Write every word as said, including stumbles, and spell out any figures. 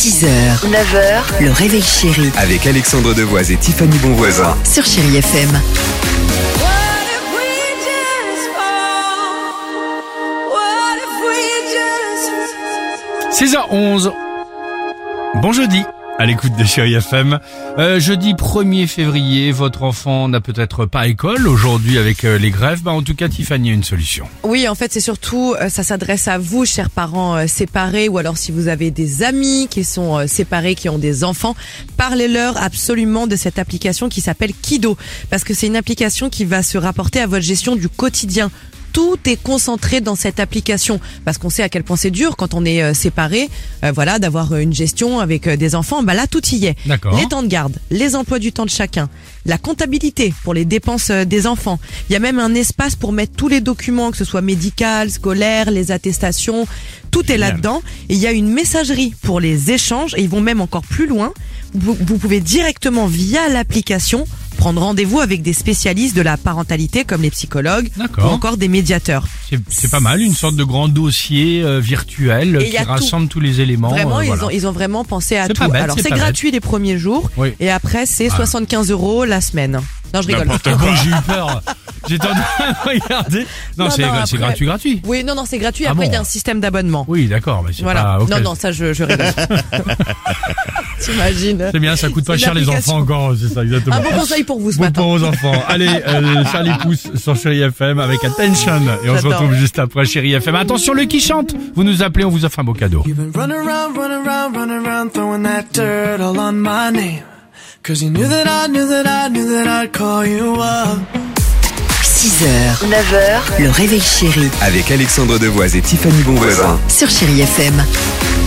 six heures, neuf heures, le réveil chéri Avec Alexandre Devoise et Tiffany Bonvoisin. sur Chéri F M. six heures onze. Bon jeudi, à l'écoute de Chéri F M. Euh, jeudi premier février, votre enfant n'a peut-être pas école aujourd'hui avec euh, les grèves. Bah, en tout cas, Tiffany a une solution. Oui, en fait, c'est surtout, euh, ça s'adresse à vous, chers parents euh, séparés, ou alors si vous avez des amis qui sont euh, séparés, qui ont des enfants, parlez-leur absolument de cette application qui s'appelle Kido, parce que c'est une application qui va se rapporter à votre gestion du quotidien. Tout est concentré dans cette application parce qu'on sait à quel point c'est dur quand on est euh, séparé, euh, voilà, d'avoir une gestion avec euh, des enfants. Bah là, tout y est. D'accord. Les temps de garde, les emplois du temps de chacun, la comptabilité pour les dépenses euh, des enfants. Il y a même un espace pour mettre tous les documents, que ce soit médical, scolaire, les attestations. Tout est Génial. là-dedans. Et il y a une messagerie pour les échanges et ils vont même encore plus loin. Vous, vous pouvez directement via l'application prendre rendez-vous avec des spécialistes de la parentalité comme les psychologues D'accord. ou encore des médiateurs. C'est, c'est pas mal, une sorte de grand dossier euh, virtuel euh, Et y qui a tout. rassemble tous les éléments. Vraiment, euh, ils, voilà. ont, ils ont vraiment pensé à C'est tout. pas bête, Alors c'est c'est pas gratuit les premiers jours Oui. et après c'est Ah. soixante-quinze euros la semaine. Non, je rigole. N'importe quoi, j'ai eu peur. J'étais en train de regarder. Non, Non, c'est, non, c'est après- gratuit, gratuit. Oui, non, non, c'est gratuit. Ah Après, il bon y a un système d'abonnement. Oui, d'accord, mais c'est Voilà. pas... ok. Non, non, ça, je, je rigole. T'imagines? C'est bien, ça coûte pas C'est cher les l'application. enfants encore, c'est ça, exactement. Un bon conseil pour vous ce Bon matin. pour vos enfants. Allez, euh, Charlie Pousse sur Chéri F M avec Attention. Et on se J'adore. retrouve juste après Chéri F M. Attention, le qui chante. Vous nous appelez, on vous offre un beau cadeau. You've been running around, running around, running around, throwing that dirt all on my name. Cause you knew that I knew that I knew that I'd call you up. six heures, neuf heures, le réveil chéri Avec Alexandre Devoise et Tiffany Bonvoisin. sur Chéri F M.